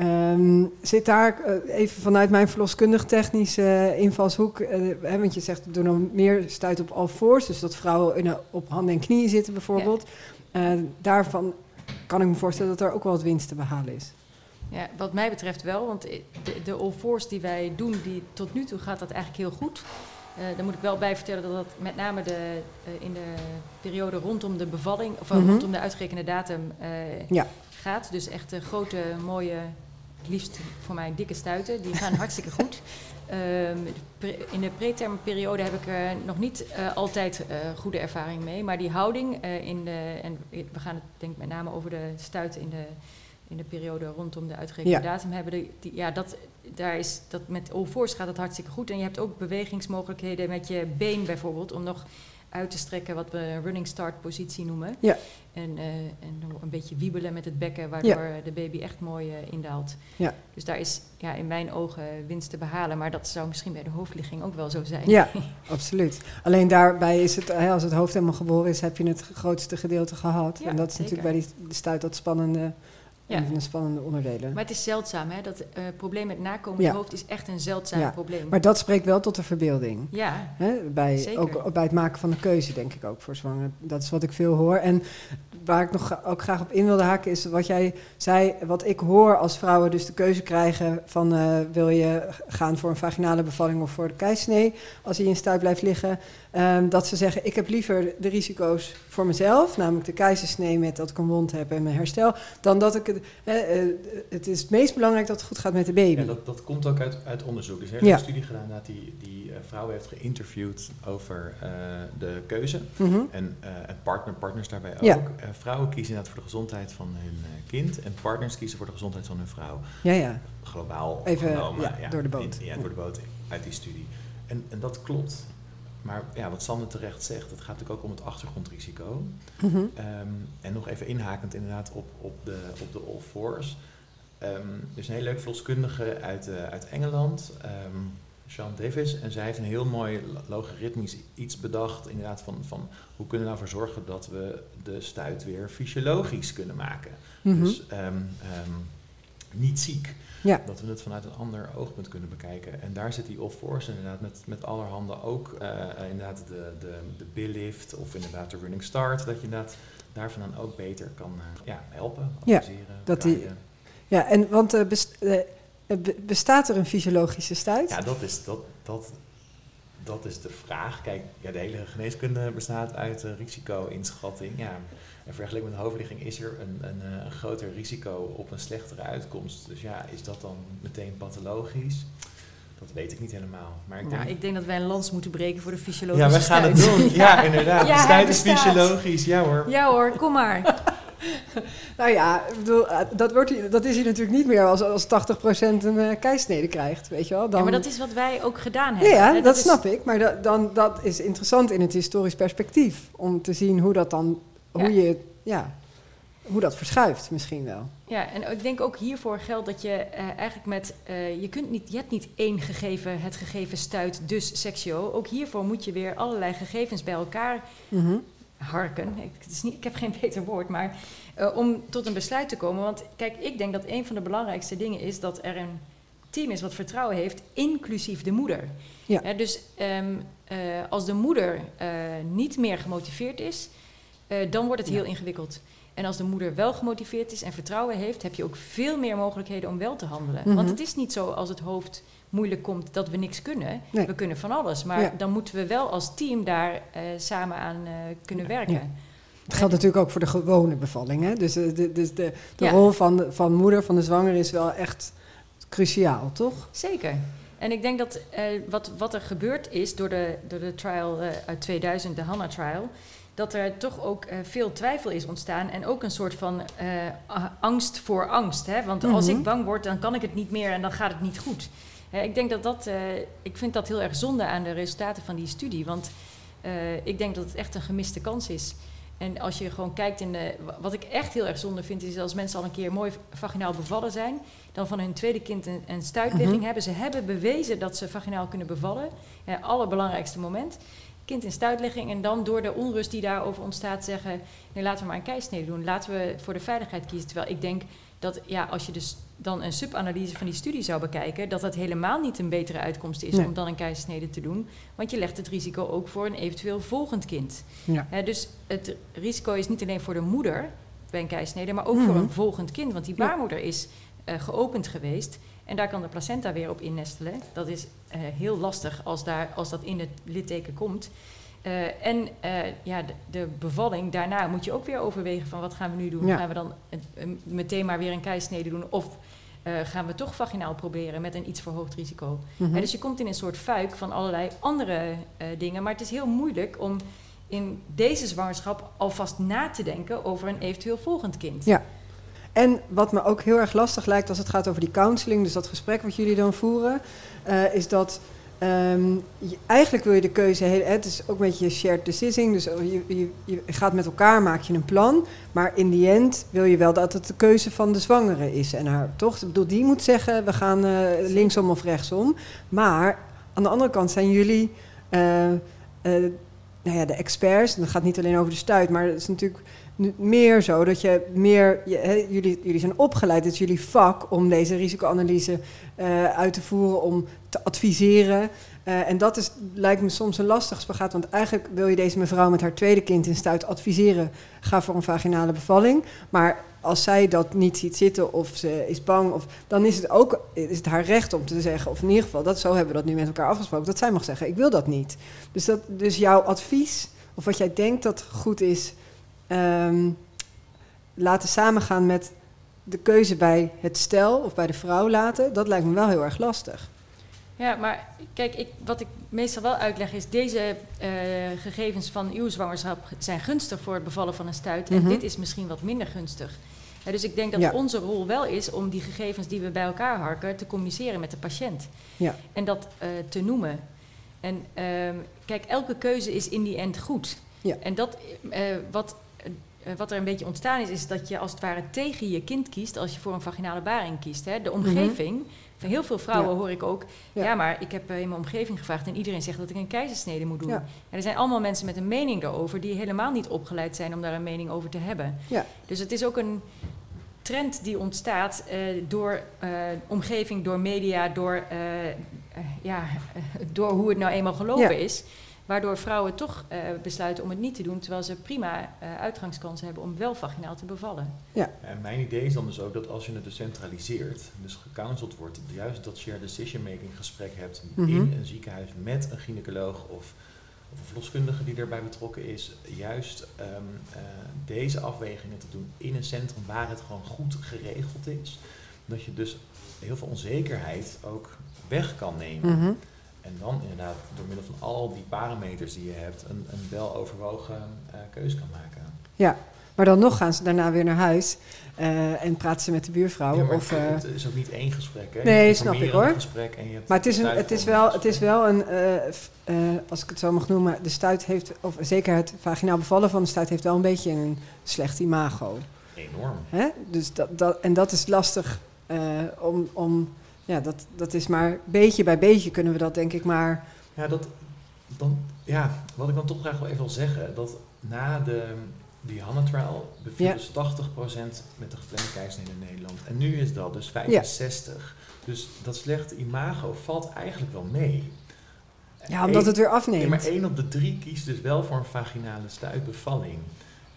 Speaker 1: Um, zit daar uh, even vanuit mijn verloskundig technische uh, invalshoek, uh, hè, want je zegt we doen dan meer stuit op all fours, dus dat vrouwen in, uh, op handen en knieën zitten bijvoorbeeld. Ja. Uh, daarvan kan ik me voorstellen dat er ook wel wat winst te behalen is.
Speaker 3: Ja, wat mij betreft wel, want de, de all fours die wij doen, die, tot nu toe gaat dat eigenlijk heel goed. Uh, daar moet ik wel bij vertellen dat dat met name de, uh, in de periode rondom de bevalling, of mm-hmm. rondom de uitgerekende datum uh, ja. gaat. Dus echt uh, grote, mooie, liefst voor mij dikke stuiten, die gaan hartstikke goed. Uh, in de preterme periode heb ik er nog niet uh, altijd uh, goede ervaring mee, maar die houding uh, in de, en we gaan het denk ik met name over de stuiten in de in de periode rondom de uitgerekende ja. datum hebben. De, die, ja, dat, daar is, dat met all fours gaat het hartstikke goed. En je hebt ook bewegingsmogelijkheden met je been bijvoorbeeld, om nog uit te strekken wat we een running start positie noemen. Ja. En, uh, en een beetje wiebelen met het bekken, waardoor ja. de baby echt mooi uh, indaalt. Ja. Dus daar is ja, in mijn ogen winst te behalen. Maar dat zou misschien bij de hoofdligging ook wel zo zijn.
Speaker 1: Ja, absoluut. Alleen daarbij is het, als het hoofd helemaal geboren is, heb je het grootste gedeelte gehad. Ja, en dat is zeker. Natuurlijk bij die stuit dat spannende... Ja. Een van de spannende onderdelen.
Speaker 3: Maar het is zeldzaam, hè? Dat uh, probleem met nakomend ja. hoofd is echt een zeldzaam
Speaker 1: ja.
Speaker 3: probleem.
Speaker 1: Maar dat spreekt wel tot de verbeelding.
Speaker 3: Ja,
Speaker 1: hè? Bij, zeker. Ook bij het maken van de keuze, denk ik ook, voor zwanger. Dat is wat ik veel hoor. En waar ik nog ook graag op in wilde haken is wat jij zei, wat ik hoor als vrouwen dus de keuze krijgen van uh, wil je gaan voor een vaginale bevalling of voor de keizersnee, als hij in stuit blijft liggen. Um, dat ze zeggen, ik heb liever de risico's voor mezelf, namelijk de keizersnee met dat ik een wond heb en mijn herstel, dan dat ik het... Uh, uh, het is het meest belangrijk dat het goed gaat met de baby.
Speaker 2: Ja, dat, dat komt ook uit, uit onderzoek. Dus er is ja. een studie gedaan dat die, die uh, vrouw heeft geïnterviewd over uh, de keuze. Mm-hmm. En, uh, en partner, partners daarbij ook. Ja. Uh, vrouwen kiezen inderdaad voor de gezondheid van hun uh, kind en partners kiezen voor de gezondheid van hun vrouw.
Speaker 1: Ja, ja.
Speaker 2: Globaal
Speaker 1: Even
Speaker 2: genomen.
Speaker 1: Ja, ja, door de boot.
Speaker 2: In, ja, door de boot uit die studie. En, en dat klopt. Maar ja, wat Sander terecht zegt, het gaat natuurlijk ook om het achtergrondrisico. Mm-hmm. Um, en nog even inhakend inderdaad op, op de, op de all fours. Um, er is een heel leuk verloskundige uit, uh, uit Engeland, um, Sean Davis. En zij heeft een heel mooi logaritmisch iets bedacht. Inderdaad van, van hoe kunnen we nou voor zorgen dat we de stuit weer fysiologisch kunnen maken. Mm-hmm. Dus um, um, niet ziek. Ja. Dat we het vanuit een ander oogpunt kunnen bekijken. En daar zit die all fours inderdaad met, met allerhande ook uh, inderdaad de, de, de billift of inderdaad de running start. Dat je inderdaad daarvan dan ook beter kan uh, ja, helpen, adviseren,
Speaker 1: ja, dat die, ja, en want uh, best, uh, bestaat er een fysiologische stuit?
Speaker 2: Ja, dat is, dat, dat, dat is de vraag. Kijk, ja, de hele geneeskunde bestaat uit uh, risico-inschatting. Ja. En vergeleken met de hoofdligging is er een, een, een groter risico op een slechtere uitkomst. Dus ja, is dat dan meteen pathologisch? Dat weet ik niet helemaal. Maar ik,
Speaker 3: nou,
Speaker 2: denk...
Speaker 3: ik denk dat wij een lans moeten breken voor de fysiologische
Speaker 2: Ja, wij gaan
Speaker 3: stuit.
Speaker 2: het doen. Ja, inderdaad.
Speaker 3: Ja,
Speaker 2: de stuit is fysiologisch. Ja hoor.
Speaker 3: Ja hoor, kom maar.
Speaker 1: Nou ja, ik bedoel, dat, wordt, dat is hier natuurlijk niet meer als, als tachtig procent een uh, keisnede krijgt, weet je wel. Dan...
Speaker 3: Ja, maar dat is wat wij ook gedaan hebben.
Speaker 1: Ja, ja
Speaker 3: dat,
Speaker 1: dat
Speaker 3: is...
Speaker 1: snap ik. Maar dat, dan, dat is interessant in het historisch perspectief. Om te zien hoe dat dan, ja. hoe je, ja, hoe dat verschuift misschien wel.
Speaker 3: Ja, en ik denk ook hiervoor geldt dat je uh, eigenlijk met, uh, je kunt niet, je hebt niet één gegeven, het gegeven stuit, dus seksio. Ook hiervoor moet je weer allerlei gegevens bij elkaar mm-hmm. harken. Ik, het is niet, ik heb geen beter woord, maar uh, om tot een besluit te komen. Want kijk, ik denk dat een van de belangrijkste dingen is dat er een team is wat vertrouwen heeft, inclusief de moeder. Ja. Ja, dus um, uh, als de moeder uh, niet meer gemotiveerd is, uh, dan wordt het heel ja. ingewikkeld. En als de moeder wel gemotiveerd is en vertrouwen heeft, heb je ook veel meer mogelijkheden om wel te handelen. Mm-hmm. Want het is niet zo als het hoofd moeilijk komt dat we niks kunnen. Nee. We kunnen van alles. Maar ja. dan moeten we wel als team daar uh, samen aan uh, kunnen werken. Ja.
Speaker 1: Het geldt natuurlijk ook voor de gewone bevalling. Hè? Dus, de, de, dus de, de
Speaker 3: Ja.
Speaker 1: rol van, van moeder, van de zwanger is wel echt cruciaal, toch?
Speaker 3: Zeker. En ik denk dat uh, wat, wat er gebeurd is door de, door de trial uh, uit tweeduizend, de Hannah trial, dat er toch ook uh, veel twijfel is ontstaan en ook een soort van uh, angst voor angst. Hè? Want mm-hmm. als ik bang word, dan kan ik het niet meer en dan gaat het niet goed. Uh, ik denk dat dat, uh, ik vind dat heel erg zonde aan de resultaten van die studie, want uh, ik denk dat het echt een gemiste kans is. En als je gewoon kijkt in de... Wat ik echt heel erg zonde vind, is als mensen al een keer mooi vaginaal bevallen zijn, dan van hun tweede kind een, een stuitligging mm-hmm. hebben. Ze hebben bewezen dat ze vaginaal kunnen bevallen. Het allerbelangrijkste moment. Kind in stuitligging en dan door de onrust die daarover ontstaat zeggen, nee, laten we maar een keisnede doen. Laten we voor de veiligheid kiezen. Terwijl ik denk dat ja, als je dus dan een subanalyse van die studie zou bekijken, dat dat helemaal niet een betere uitkomst is nee. om dan een keisnede te doen. Want je legt het risico ook voor een eventueel volgend kind. Ja. Uh, dus het risico is niet alleen voor de moeder bij een keisnede, maar ook mm-hmm. voor een volgend kind. Want die baarmoeder is uh, geopend geweest en daar kan de placenta weer op innestelen. Dat is uh, heel lastig als, daar, als dat in het litteken komt. Uh, en uh, ja, de, de bevalling, daarna moet je ook weer overwegen van wat gaan we nu doen? Ja. Gaan we dan uh, meteen maar weer een keisnede doen of uh, gaan we toch vaginaal proberen met een iets verhoogd risico? Mm-hmm. Uh, dus je komt in een soort fuik van allerlei andere uh, dingen, maar het is heel moeilijk om in deze zwangerschap alvast na te denken over een eventueel volgend kind.
Speaker 1: Ja. En wat me ook heel erg lastig lijkt als het gaat over die counseling, dus dat gesprek wat jullie dan voeren, uh, is dat Um, je, eigenlijk wil je de keuze, heel, het is ook een beetje shared decision, dus je, je, je gaat met elkaar, maak je een plan, maar in die end wil je wel dat het de keuze van de zwangere is en haar, toch? Ik bedoel, die moet zeggen, we gaan uh, linksom of rechtsom, maar aan de andere kant zijn jullie uh, uh, nou ja, de experts, en dat gaat niet alleen over de stuit, maar het is natuurlijk meer zo dat je meer, je, he, jullie, jullie zijn opgeleid, het is jullie vak om deze risicoanalyse uh, uit te voeren, om te adviseren. Uh, en dat is, lijkt me soms een lastig spagaat, want eigenlijk wil je deze mevrouw met haar tweede kind in stuit adviseren, ga voor een vaginale bevalling. Maar als zij dat niet ziet zitten of ze is bang, of, dan is het ook is het haar recht om te zeggen, of in ieder geval, dat, zo hebben we dat nu met elkaar afgesproken, dat zij mag zeggen, ik wil dat niet. Dus, dat, dus jouw advies, of wat jij denkt dat goed is, Um, laten samengaan met de keuze bij het stel of bij de vrouw laten, dat lijkt me wel heel erg lastig.
Speaker 3: Ja, maar kijk, ik, wat ik meestal wel uitleg is, deze uh, gegevens van uw zwangerschap zijn gunstig voor het bevallen van een stuit en mm-hmm. dit is misschien wat minder gunstig. Ja, dus ik denk dat ja. onze rol wel is om die gegevens die we bij elkaar harken te communiceren met de patiënt. Ja. En dat uh, te noemen. En uh, kijk, elke keuze is in die end goed. Ja. En dat, uh, wat... Wat er een beetje ontstaan is, is dat je als het ware tegen je kind kiest als je voor een vaginale baring kiest. Hè. De omgeving, mm-hmm. van heel veel vrouwen ja. hoor ik ook, ja. ja, maar ik heb in mijn omgeving gevraagd en iedereen zegt dat ik een keizersnede moet doen. Ja. En er zijn allemaal mensen met een mening daarover die helemaal niet opgeleid zijn om daar een mening over te hebben. Ja. Dus het is ook een trend die ontstaat uh, door uh, omgeving, door media, door, uh, uh, ja, uh, door hoe het nou eenmaal gelopen ja. is. Waardoor vrouwen toch uh, besluiten om het niet te doen, terwijl ze prima uh, uitgangskansen hebben om wel vaginaal te bevallen.
Speaker 2: Ja. En mijn idee is dan dus ook dat als je het dus centraliseert, dus gecounseld wordt, juist dat shared decision making gesprek hebt mm-hmm. in een ziekenhuis met een gynaecoloog of, of een verloskundige die erbij betrokken is, juist um, uh, deze afwegingen te doen in een centrum waar het gewoon goed geregeld is. Dat je dus heel veel onzekerheid ook weg kan nemen. Mm-hmm. En dan inderdaad door middel van al die parameters die je hebt een, een weloverwogen uh, keuze kan maken.
Speaker 1: Ja, maar dan nog gaan ze daarna weer naar huis uh, en praten ze met de buurvrouw.
Speaker 2: Ja, maar
Speaker 1: of,
Speaker 2: uh, het is ook niet één gesprek, hè?
Speaker 1: Nee, snap ik hoor.
Speaker 2: Gesprek en je hebt
Speaker 1: maar het is, een, het, is wel, het is wel een, uh, uh, als ik het zo mag noemen, de stuit heeft, of zeker het vaginaal bevallen van de stuit heeft wel een beetje een slecht imago.
Speaker 2: Enorm.
Speaker 1: Hè? Dus dat, dat, en dat is lastig uh, om... om Ja, dat, dat is maar beetje bij beetje kunnen we dat denk ik maar...
Speaker 2: Ja, dat, dan, ja, wat ik dan toch graag wel even wil zeggen, dat na de, die Hannah trial beviel ja. dus tachtig procent met de geplande keizersnede in Nederland. En nu is dat dus vijfenzestig. Ja. Dus dat slechte imago valt eigenlijk wel mee.
Speaker 1: Ja, omdat Eén, het weer afneemt.
Speaker 2: Ja, maar één op de drie kiest dus wel voor een vaginale stuitbevalling.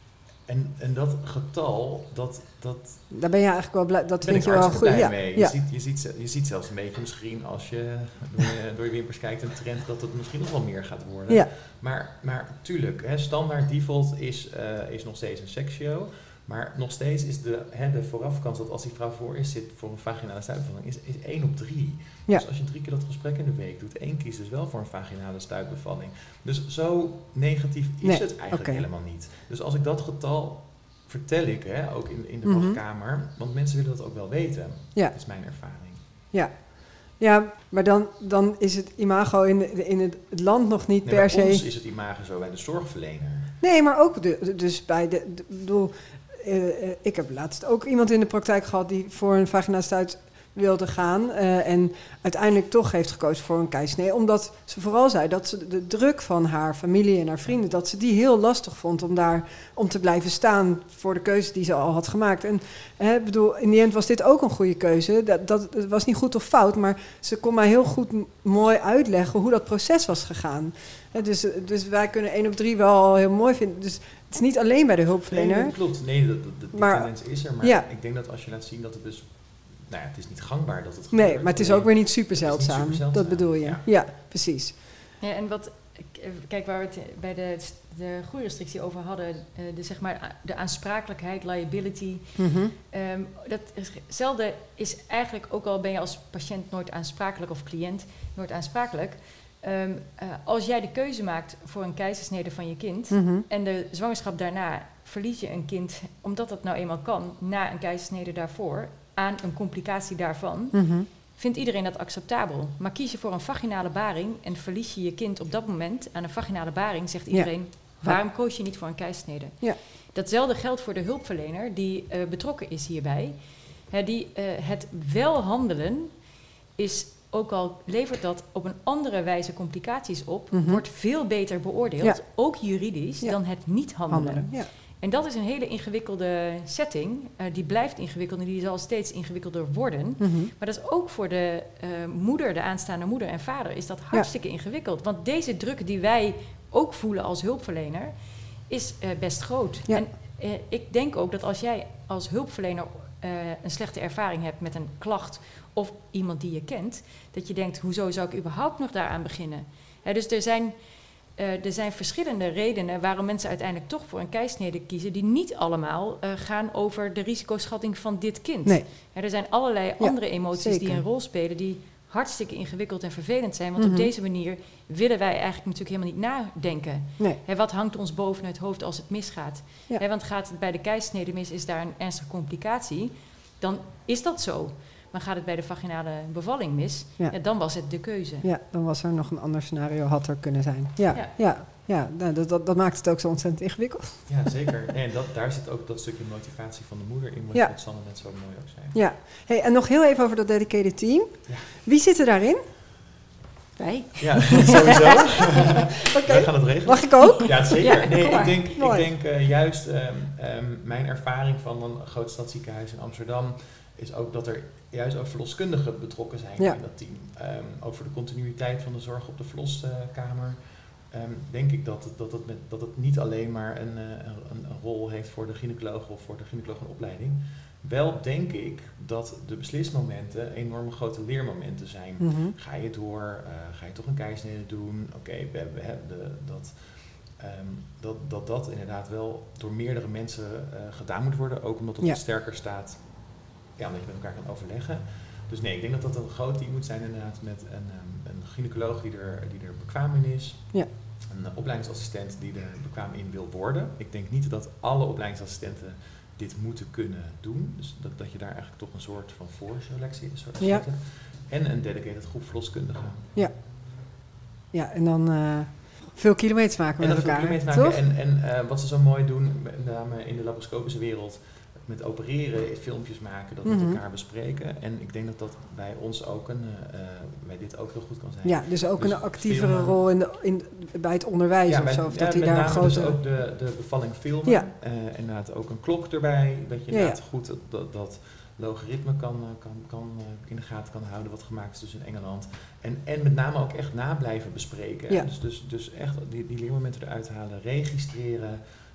Speaker 2: En, en dat getal, dat... dat
Speaker 1: Daar ben je eigenlijk wel blij, dat
Speaker 2: ben
Speaker 1: vind
Speaker 2: ik
Speaker 1: je wel
Speaker 2: hartstikke
Speaker 1: goed.
Speaker 2: blij
Speaker 1: Ja.
Speaker 2: mee.
Speaker 1: Ja.
Speaker 2: Je, ziet, je, ziet, je ziet zelfs een beetje misschien als je door je, door je wimpers kijkt een trend dat het misschien nog wel meer gaat worden.
Speaker 1: Ja.
Speaker 2: Maar, maar tuurlijk, hè, standaard default is, uh, is nog steeds een seksshow. Maar nog steeds is de, hè, de voorafkans dat als die vrouw voor is zit voor een vaginale stuitbevalling is, is één op drie.
Speaker 1: Ja.
Speaker 2: Dus als je drie keer dat gesprek in de week doet, één kiest dus wel voor een vaginale stuitbevalling. Dus zo negatief is
Speaker 1: Nee,
Speaker 2: het eigenlijk
Speaker 1: okay.
Speaker 2: helemaal niet. Dus als ik dat getal vertel ik, hè, ook in, in de
Speaker 1: Mm-hmm.
Speaker 2: wachtkamer, want mensen willen dat ook wel weten.
Speaker 1: Ja.
Speaker 2: Dat is mijn ervaring.
Speaker 1: Ja. Ja, maar dan, dan is het imago in, de, in het land nog niet
Speaker 2: Nee,
Speaker 1: per
Speaker 2: bij
Speaker 1: se...
Speaker 2: ons is het imago zo, bij de zorgverlener.
Speaker 1: Nee, maar ook de, de- dus bij de... de bedoel, uh, uh, ik heb laatst ook iemand in de praktijk gehad die voor een vaginale stuit wilde gaan. Uh, en uiteindelijk toch heeft gekozen voor een keisnee. Omdat ze vooral zei dat ze de druk van haar familie en haar vrienden... dat ze die heel lastig vond om daar om te blijven staan voor de keuze die ze al had gemaakt. En hè, bedoel, in die end was dit ook een goede keuze. Dat, dat, het was niet goed of fout, maar ze kon mij heel goed m- mooi uitleggen hoe dat proces was gegaan. Hè, dus, dus wij kunnen één op drie wel heel mooi vinden. Dus het is niet alleen bij de hulpverlener.
Speaker 2: Nee, dat klopt. Nee, dat, dat, die
Speaker 1: Maar-
Speaker 2: tendens is er. Maar
Speaker 1: ja.
Speaker 2: ik denk dat als je laat zien dat het dus... Nou ja, het is niet gangbaar dat het
Speaker 1: Nee,
Speaker 2: gebeurt.
Speaker 1: maar het is
Speaker 2: Alleen-
Speaker 1: ook weer niet super
Speaker 2: Het is niet
Speaker 1: zeldzaam.
Speaker 2: super zeldzaam,
Speaker 1: Dat bedoel je.
Speaker 2: ja.
Speaker 1: Ja, precies.
Speaker 3: Ja, en wat, kijk, waar we het bij de, de groeirestrictie over hadden, uh, de, zeg maar, de aansprakelijkheid, liability.
Speaker 1: Mhm.
Speaker 3: Um, dat is, hetzelfde is eigenlijk ook al ben je als patiënt nooit aansprakelijk of cliënt nooit aansprakelijk. Um, uh, als jij de keuze maakt voor een keizersnede van je kind
Speaker 1: Mhm.
Speaker 3: en de zwangerschap daarna verlies je een kind, omdat dat nou eenmaal kan, na een keizersnede daarvoor, aan een complicatie daarvan,
Speaker 1: Mhm.
Speaker 3: vindt iedereen dat acceptabel. Maar kies je voor een vaginale baring en verlies je je kind op dat moment aan een vaginale baring, zegt iedereen, waarom koos je niet voor een keizersnede?
Speaker 1: Ja.
Speaker 3: Datzelfde geldt voor de hulpverlener die uh, betrokken is hierbij. Hè, die, uh, het wel handelen is, ook al levert dat op een andere wijze complicaties op,
Speaker 1: Mhm.
Speaker 3: wordt veel beter beoordeeld,
Speaker 1: Ja.
Speaker 3: ook juridisch,
Speaker 1: Ja.
Speaker 3: dan het niet handelen.
Speaker 1: Handelen. Ja.
Speaker 3: En dat is een hele ingewikkelde setting. Uh, die blijft ingewikkeld en die zal steeds ingewikkelder worden.
Speaker 1: Mhm.
Speaker 3: Maar dat is ook voor de uh, moeder, de aanstaande moeder en vader, is dat hartstikke ja. ingewikkeld. Want deze druk die wij ook voelen als hulpverlener, is uh, best groot.
Speaker 1: Ja.
Speaker 3: En uh, ik denk ook dat als jij als hulpverlener uh, een slechte ervaring hebt met een klacht of iemand die je kent, dat je denkt, hoezo zou ik überhaupt nog daaraan beginnen? He, dus er zijn... Uh, er zijn verschillende redenen waarom mensen uiteindelijk toch voor een keisnede kiezen, die niet allemaal uh, gaan over de risicoschatting van dit kind.
Speaker 1: Nee.
Speaker 3: Ja, er zijn allerlei
Speaker 1: Ja,
Speaker 3: andere emoties
Speaker 1: zeker.
Speaker 3: die een rol spelen, die hartstikke ingewikkeld en vervelend zijn. Want
Speaker 1: Mm-hmm.
Speaker 3: op deze manier willen wij eigenlijk natuurlijk helemaal niet nadenken.
Speaker 1: Nee.
Speaker 3: He, wat hangt ons boven het hoofd als het misgaat?
Speaker 1: Ja.
Speaker 3: He, want gaat het bij de keisnede mis, is daar een ernstige complicatie, dan is dat zo. Maar gaat het bij de vaginale bevalling mis,
Speaker 1: Ja.
Speaker 3: ja, dan was het de keuze.
Speaker 1: Ja, dan was er nog een ander scenario, had er kunnen zijn. Ja,
Speaker 3: Ja.
Speaker 1: ja, ja, nou, dat, dat, dat maakt het ook zo ontzettend ingewikkeld.
Speaker 2: Ja, zeker. En dat, daar zit ook dat stukje motivatie van de moeder in, wat
Speaker 1: Ja.
Speaker 2: ja. Sanne net zo mooi ook zei.
Speaker 1: Ja. Hey, en nog heel even over dat dedicated team.
Speaker 2: Ja.
Speaker 1: Wie zit er daarin?
Speaker 3: Wij?
Speaker 2: Ja, sowieso.
Speaker 1: Oké.
Speaker 2: Wij gaan het regelen.
Speaker 1: Mag ik ook?
Speaker 2: Ja, zeker.
Speaker 3: Ja,
Speaker 2: nee,
Speaker 3: kom maar.
Speaker 2: ik denk, ik
Speaker 1: Mooi.
Speaker 2: denk uh, juist um, um, mijn ervaring van een groot stadsziekenhuis in Amsterdam is ook dat er juist ook verloskundigen betrokken zijn
Speaker 1: Ja.
Speaker 2: in dat team. Um, ook voor de continuïteit van de zorg op de verloskamer. Um, denk ik dat het, dat, het met, dat het niet alleen maar een, uh, een, een rol heeft voor de gynaecoloog of voor de gynaecologenopleiding. Wel denk ik dat de beslismomenten enorme grote leermomenten zijn.
Speaker 1: Mm-hmm.
Speaker 2: Ga je door? Uh, ga je toch een keisnede doen? Oké, okay, we hebben de, dat, um, dat, dat dat inderdaad wel door meerdere mensen uh, gedaan moet worden. Ook omdat het
Speaker 1: Ja.
Speaker 2: wat sterker staat. Ja, omdat je met elkaar kan overleggen. Dus nee, ik denk dat dat een groot team moet zijn inderdaad met een, um, een gynaecoloog die er, die er bekwaam in is.
Speaker 1: Ja.
Speaker 2: Een uh, opleidingsassistent die er bekwaam in wil worden. Ik denk niet dat alle opleidingsassistenten dit moeten kunnen doen. Dus dat, dat je daar eigenlijk toch een soort van voorselectie is.
Speaker 1: Ja.
Speaker 2: En een dedicated groep verloskundigen.
Speaker 1: Ja. Ja, en dan uh, veel kilometers maken
Speaker 2: En
Speaker 1: met
Speaker 2: dat veel
Speaker 1: elkaar,
Speaker 2: kilometers
Speaker 1: toch?
Speaker 2: maken. En, en uh, wat ze zo mooi doen, met name in de laparoscopische wereld, met opereren, filmpjes maken, dat
Speaker 1: Mm-hmm.
Speaker 2: met elkaar bespreken. En ik denk dat dat bij ons ook een, uh, bij dit ook heel goed kan zijn.
Speaker 1: Ja, dus ook
Speaker 2: Dus
Speaker 1: een actievere
Speaker 2: filmen.
Speaker 1: rol in de, in, bij het onderwijs
Speaker 2: Ja,
Speaker 1: of
Speaker 2: met,
Speaker 1: zo. Of
Speaker 2: ja,
Speaker 1: dat die
Speaker 2: met
Speaker 1: daar
Speaker 2: name
Speaker 1: grote...
Speaker 2: dus ook de, de bevalling filmen.
Speaker 1: Ja.
Speaker 2: Uh, inderdaad ook een klok erbij, dat je
Speaker 1: Ja,
Speaker 2: inderdaad
Speaker 1: ja.
Speaker 2: goed dat, dat, dat logaritme kan, uh, kan, kan uh, in de gaten kan houden wat gemaakt is dus in Engeland. En, en met name ook echt na blijven bespreken.
Speaker 1: Ja.
Speaker 2: Dus, dus, dus echt die, die leermomenten eruit halen, registreren.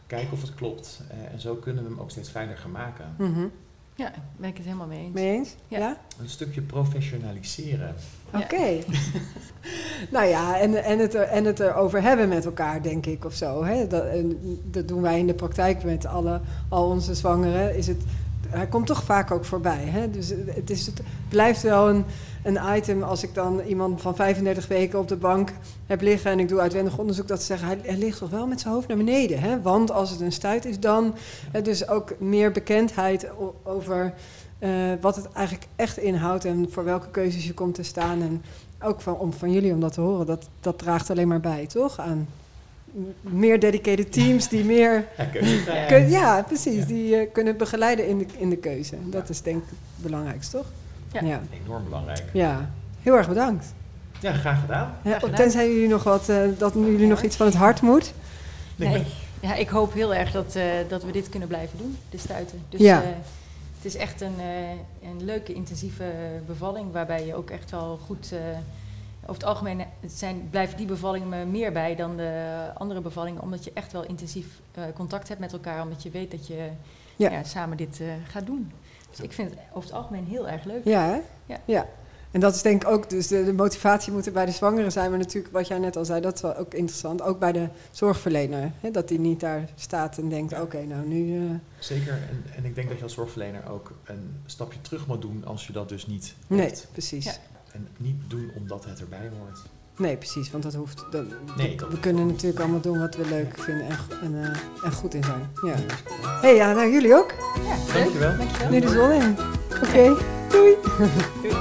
Speaker 2: kijken of het klopt. Uh, en zo kunnen we hem ook steeds veiliger maken.
Speaker 1: Mm-hmm.
Speaker 3: Ja, daar ben ik het helemaal mee eens.
Speaker 1: Mee eens?
Speaker 3: Ja.
Speaker 1: ja?
Speaker 2: Een stukje professionaliseren.
Speaker 1: Oké. Okay. nou ja, en, en, het er, en het erover hebben met elkaar, denk ik, of zo. Hè? Dat, en, dat doen wij in de praktijk met alle, al onze zwangeren. Is het, hij komt toch vaak ook voorbij. Hè? Dus het, is, het blijft wel een, een item als ik dan iemand van vijfendertig weken op de bank heb liggen en ik doe uitwendig onderzoek, dat ze zeggen, hij, hij ligt toch wel met zijn hoofd naar beneden. Hè? Want als het een stuit is dan, hè, dus ook meer bekendheid o- over uh, wat het eigenlijk echt inhoudt en voor welke keuzes je komt te staan. En ook van, om, van jullie om dat te horen, dat, dat draagt alleen maar bij, toch? Aan meer dedicated teams die meer...
Speaker 2: Ja, keuzevrijheid.
Speaker 1: Kun, ja, precies. Ja. Die uh, kunnen begeleiden in de, in de keuze. Dat ja. is denk ik het belangrijkste, toch?
Speaker 3: Ja.
Speaker 1: ja.
Speaker 2: Enorm belangrijk.
Speaker 1: Ja. Heel erg bedankt.
Speaker 2: Ja, graag gedaan.
Speaker 1: Ja,
Speaker 3: graag gedaan.
Speaker 1: Tenzij jullie nog wat, uh, dat jullie ja. nog iets van het hart moet.
Speaker 3: Nee. nee. Ja, ik hoop heel erg dat, uh, dat we dit kunnen blijven doen, de stuiten. Dus
Speaker 1: ja.
Speaker 3: uh, het is echt een, uh, een leuke, intensieve bevalling, waarbij je ook echt wel goed... Uh, over het algemeen zijn, blijven die bevallingen me meer bij dan de andere bevallingen, omdat je echt wel intensief uh, contact hebt met elkaar, omdat je weet dat je ja. Ja, samen dit uh, gaat doen. Dus ik vind het over het algemeen heel erg leuk.
Speaker 1: Ja, hè?
Speaker 3: Ja.
Speaker 1: ja. En dat is denk ik ook, dus de, de motivatie moet er bij de zwangeren zijn, maar natuurlijk wat jij net al zei, dat is wel ook interessant. Ook bij de zorgverlener, hè, dat die niet daar staat en denkt, oké, okay, nou nu... Uh...
Speaker 2: Zeker, en, en ik denk dat je als zorgverlener ook een stapje terug moet doen als je dat dus niet
Speaker 1: nee,
Speaker 2: hebt.
Speaker 1: Precies. Ja.
Speaker 2: En niet doen omdat het erbij hoort.
Speaker 1: Nee, precies, want dat hoeft... Dat,
Speaker 2: nee,
Speaker 1: dat we kunnen natuurlijk allemaal doen wat we leuk vinden en, en, uh, en goed in zijn. Ja. Hé, hey, ja, nou jullie ook.
Speaker 3: Ja,
Speaker 2: dankjewel.
Speaker 3: Dankjewel.
Speaker 1: Nu de zon in. Oké, okay. Doei.
Speaker 3: Doei.